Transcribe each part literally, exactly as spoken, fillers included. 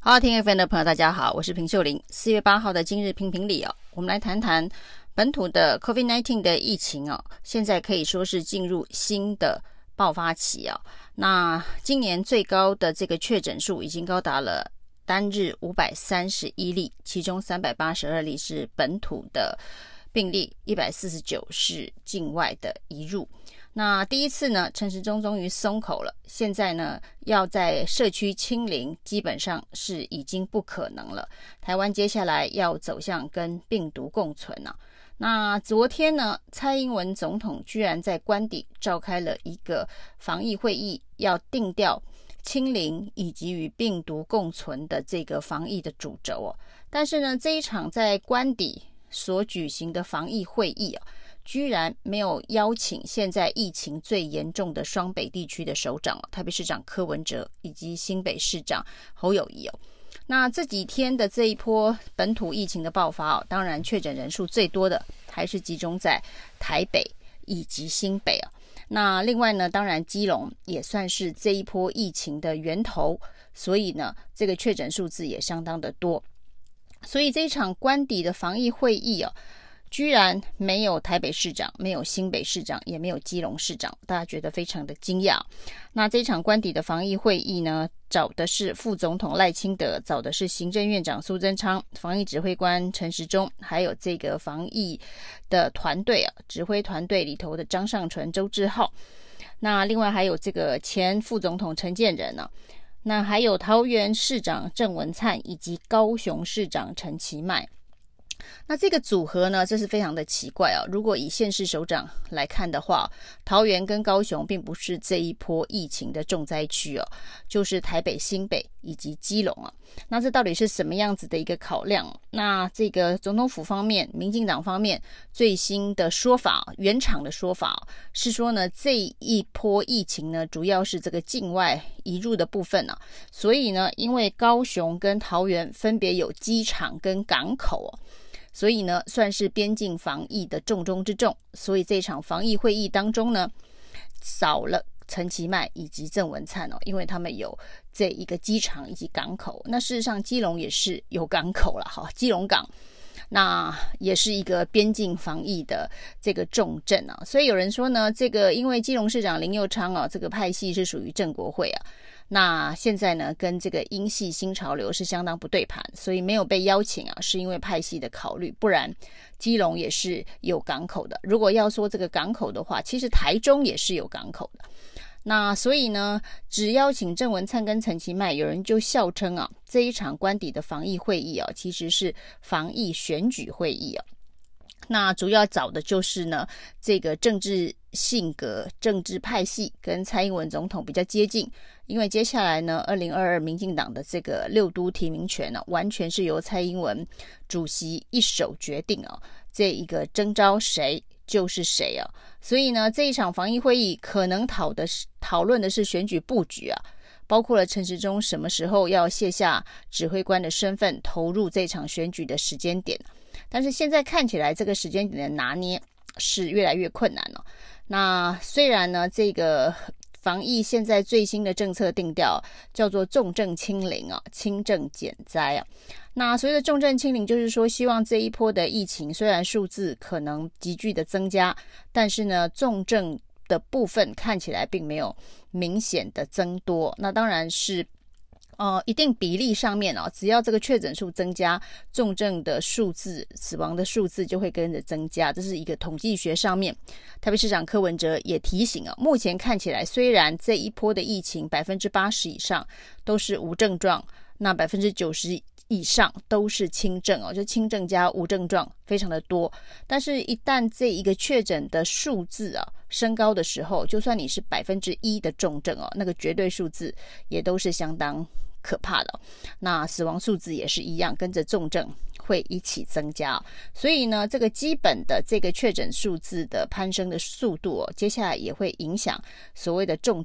好，听 F M 的朋友大家好，我是平秀玲。四月八号的今日评评理哦，我们来谈谈本土的 COVID 十九 的疫情哦，现在可以说是进入新的爆发期哦。那今年最高的这个确诊数已经高达了单日五百三十一例，其中三百八十二例是本土的病例，一百四十九是境外的移入。那第一次呢，陈时中终于松口了，现在呢要在社区清零基本上是已经不可能了。台湾接下来要走向跟病毒共存啊。那昨天呢，蔡英文总统居然在官邸召开了一个防疫会议，要定调清零以及与病毒共存的这个防疫的主轴哦。但是呢，这一场在官邸所举行的防疫会议啊，居然没有邀请现在疫情最严重的双北地区的首长，台北市长柯文哲以及新北市长侯友宜哦。那这几天的这一波本土疫情的爆发哦，当然确诊人数最多的还是集中在台北以及新北啊。那另外呢，当然基隆也算是这一波疫情的源头，所以呢，这个确诊数字也相当的多。所以这一场官邸的防疫会议哦，居然没有台北市长，没有新北市长，也没有基隆市长，大家觉得非常的惊讶。那这场官邸的防疫会议呢，找的是副总统赖清德，找的是行政院长苏贞昌，防疫指挥官陈时中，还有这个防疫的团队啊，指挥团队里头的张上淳、周志浩，那另外还有这个前副总统陈建仁啊，那还有桃园市长郑文灿以及高雄市长陈其迈。那这个组合呢，这是非常的奇怪哦。如果以县市首长来看的话，桃园跟高雄并不是这一波疫情的重灾区哦，就是台北、新北以及基隆啊。那这到底是什么样子的一个考量？那这个总统府方面、民进党方面最新的说法，原厂的说法是说呢，这一波疫情呢，主要是这个境外移入的部分啊。所以呢，因为高雄跟桃园分别有机场跟港口哦，所以呢，算是边境防疫的重中之重。所以这场防疫会议当中呢，少了陈其迈以及郑文灿哦，因为他们有这一个机场以及港口。那事实上，基隆也是有港口了哈，基隆港那也是一个边境防疫的这个重镇啊。所以有人说呢，这个因为基隆市长林右昌啊，这个派系是属于正国会啊。那现在呢，跟这个英系新潮流是相当不对盘，所以没有被邀请啊，是因为派系的考虑，不然基隆也是有港口的。如果要说这个港口的话，其实台中也是有港口的。那所以呢，只邀请郑文灿跟陈其迈，有人就笑称啊，这一场官邸的防疫会议啊，其实是防疫选举会议啊。那主要找的就是呢，这个政治性格、政治派系跟蔡英文总统比较接近，因为接下来呢，二零二二民进党的这个六都提名权呢、啊，完全是由蔡英文主席一手决定啊，这一个征召谁就是谁啊。所以呢，这一场防疫会议可能讨的是讨论的是选举布局啊，包括了陈时中什么时候要卸下指挥官的身份，投入这场选举的时间点。但是现在看起来，这个时间点的拿捏是越来越困难了、哦。那虽然呢，这个防疫现在最新的政策定调叫做重症清零啊，轻症减灾啊。那所谓的重症清零，就是说希望这一波的疫情虽然数字可能急剧的增加，但是呢，重症的部分看起来并没有明显的增多。那当然是。呃，一定比例上面哦，只要这个确诊数增加，重症的数字、死亡的数字就会跟着增加，这是一个统计学上面。台北市长柯文哲也提醒啊，目前看起来虽然这一波的疫情百分之八十以上都是无症状，那百分之九十以上都是轻症哦，就轻症加无症状非常的多。但是，一旦这一个确诊的数字啊升高的时候，就算你是百分之一的重症哦，那个绝对数字也都是相当可怕的、哦。那死亡数字也是一样，跟着重症会一起增加、哦。所以呢，这个基本的这个确诊数字的攀升的速度哦，接下来也会影响所谓的重症。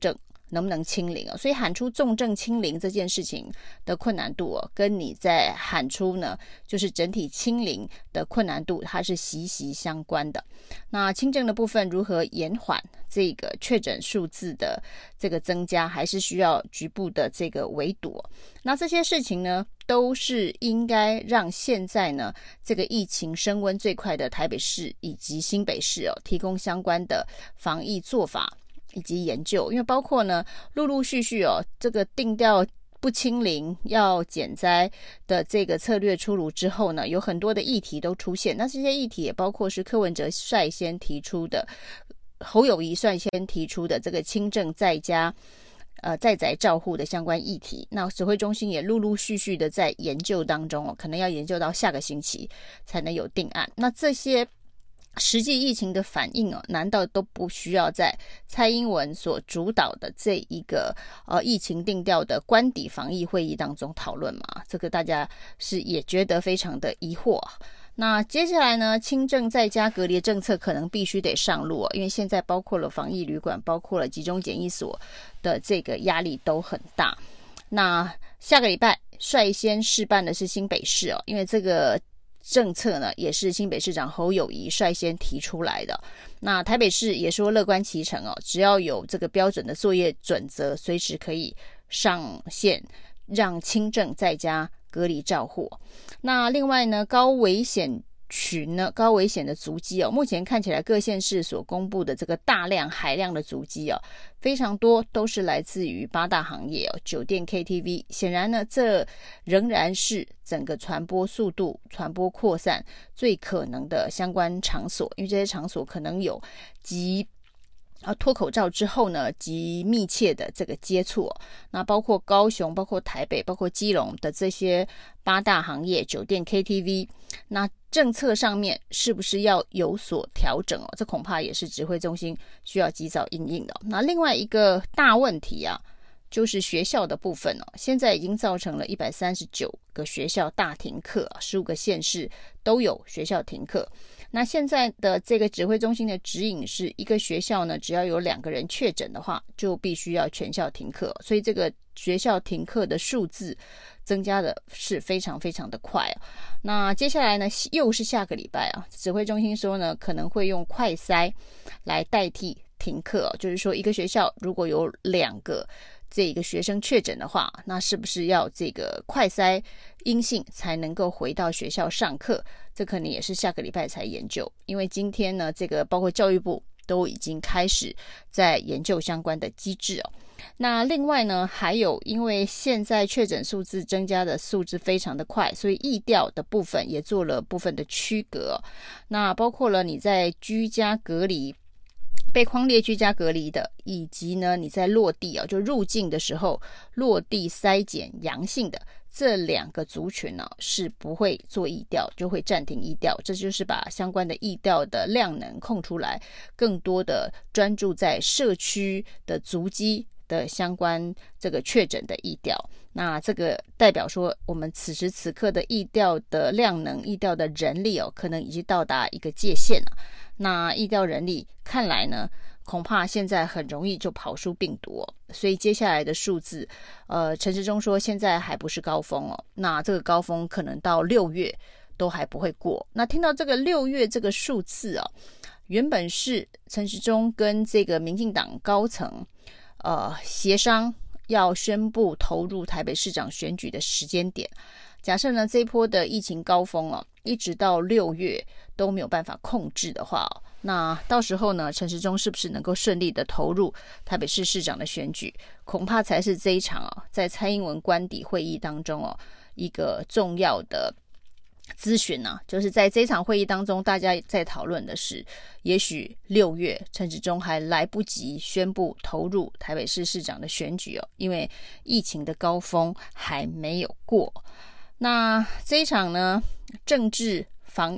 能不能清零哦，所以喊出重症清零这件事情的困难度哦，跟你在喊出呢就是整体清零的困难度，它是息息相关的。那轻症的部分如何延缓这个确诊数字的这个增加，还是需要局部的这个围堵哦。那这些事情呢，都是应该让现在呢这个疫情升温最快的台北市以及新北市哦，提供相关的防疫做法以及研究。因为包括呢陆陆续续哦，这个定调不清零要减灾的这个策略出炉之后呢，有很多的议题都出现。那这些议题也包括是柯文哲率先提出的，侯友宜率先提出的这个轻症在家呃在宅照护的相关议题。那指挥中心也陆陆续续的在研究当中哦，可能要研究到下个星期才能有定案。那这些实际疫情的反应哦，难道都不需要在蔡英文所主导的这一个呃疫情定调的官邸防疫会议当中讨论吗？这个大家是也觉得非常的疑惑。那接下来呢，轻症在家隔离政策可能必须得上路哦，因为现在包括了防疫旅馆，包括了集中检疫所的这个压力都很大。那下个礼拜率先试办的是新北市哦，因为这个政策呢也是新北市长侯友宜率先提出来的。那台北市也说乐观其成哦，只要有这个标准的作业准则，随时可以上线让轻症在家隔离照护。那另外呢，高危险群呢，高危险的足迹哦，目前看起来各县市所公布的这个大量海量的足迹哦，非常多都是来自于八大行业哦，酒店 K T V。 显然呢，这仍然是整个传播速度、传播扩散最可能的相关场所，因为这些场所可能有极啊，脱口罩之后呢，极密切的这个接触哦，那包括高雄、包括台北、包括基隆的这些八大行业、酒店 K T V， 那政策上面是不是要有所调整哦？这恐怕也是指挥中心需要及早因应的哦。那另外一个大问题啊，就是学校的部分哦，现在已经造成了一百三十九个学校大停课，十五个县市都有学校停课。那现在的这个指挥中心的指引是，一个学校呢，只要有两个人确诊的话，就必须要全校停课。所以这个学校停课的数字增加的是非常非常的快啊。那接下来呢，又是下个礼拜啊，指挥中心说呢，可能会用快筛来代替停课，就是说一个学校如果有两个这个学生确诊的话，那是不是要这个快筛阴性才能够回到学校上课？这可能也是下个礼拜才研究，因为今天呢，这个包括教育部都已经开始在研究相关的机制哦。那另外呢，还有因为现在确诊数字增加的数字非常的快，所以疫调的部分也做了部分的区隔哦。那包括了你在居家隔离、被匡列居家隔离的，以及呢你在落地啊，就入境的时候落地筛检阳性的这两个族群呢、啊，是不会做疫调，就会暂停疫调。这就是把相关的疫调的量能空出来，更多的专注在社区的足迹的相关这个确诊的疫调。那这个代表说，我们此时此刻的疫调的量能、疫调的人力哦，可能已经到达一个界限了。那疫调人力看来呢，恐怕现在很容易就跑输病毒哦，所以接下来的数字，呃，陈时中说现在还不是高峰哦，那这个高峰可能到六月都还不会过。那听到这个六月这个数字哦，原本是陈时中跟这个民进党高层呃协商要宣布投入台北市长选举的时间点。假设呢这一波的疫情高峰哦，一直到六月都没有办法控制的话哦，那到时候呢陈时中是不是能够顺利的投入台北市市长的选举，恐怕才是这一场哦在蔡英文官邸会议当中哦一个重要的咨询啊。就是在这场会议当中，大家在讨论的是，也许六月陈时中还来不及宣布投入台北市市长的选举哦，因为疫情的高峰还没有过。那这一场呢政治防疫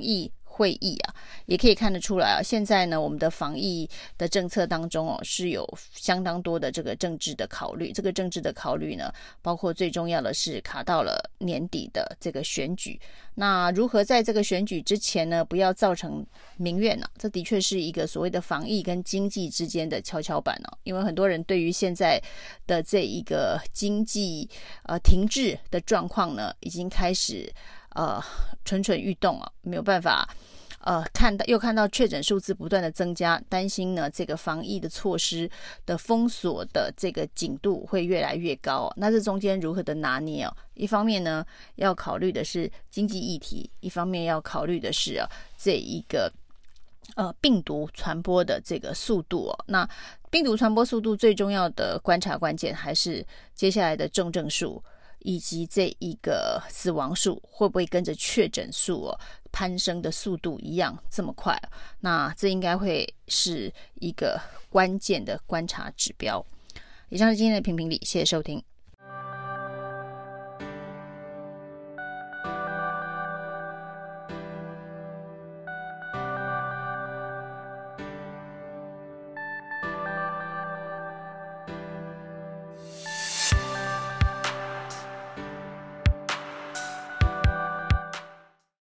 会议啊，也可以看得出来啊，现在呢，我们的防疫的政策当中哦，是有相当多的这个政治的考虑。这个政治的考虑呢，包括最重要的是卡到了年底的这个选举。那如何在这个选举之前呢，不要造成民怨呢、啊？这的确是一个所谓的防疫跟经济之间的跷跷板哦。因为很多人对于现在的这一个经济呃停滞的状况呢，已经开始呃蠢蠢欲动啊，没有办法。呃，看到又看到确诊数字不断的增加，担心呢这个防疫的措施的封锁的这个紧度会越来越高、哦。那这中间如何的拿捏哦？一方面呢要考虑的是经济议题，一方面要考虑的是啊这一个呃病毒传播的这个速度哦。那病毒传播速度最重要的观察关键还是接下来的重症数。以及这一个死亡数会不会跟着确诊数哦攀升的速度一样这么快？那这应该会是一个关键的观察指标。以上是今天的评评理，谢谢收听。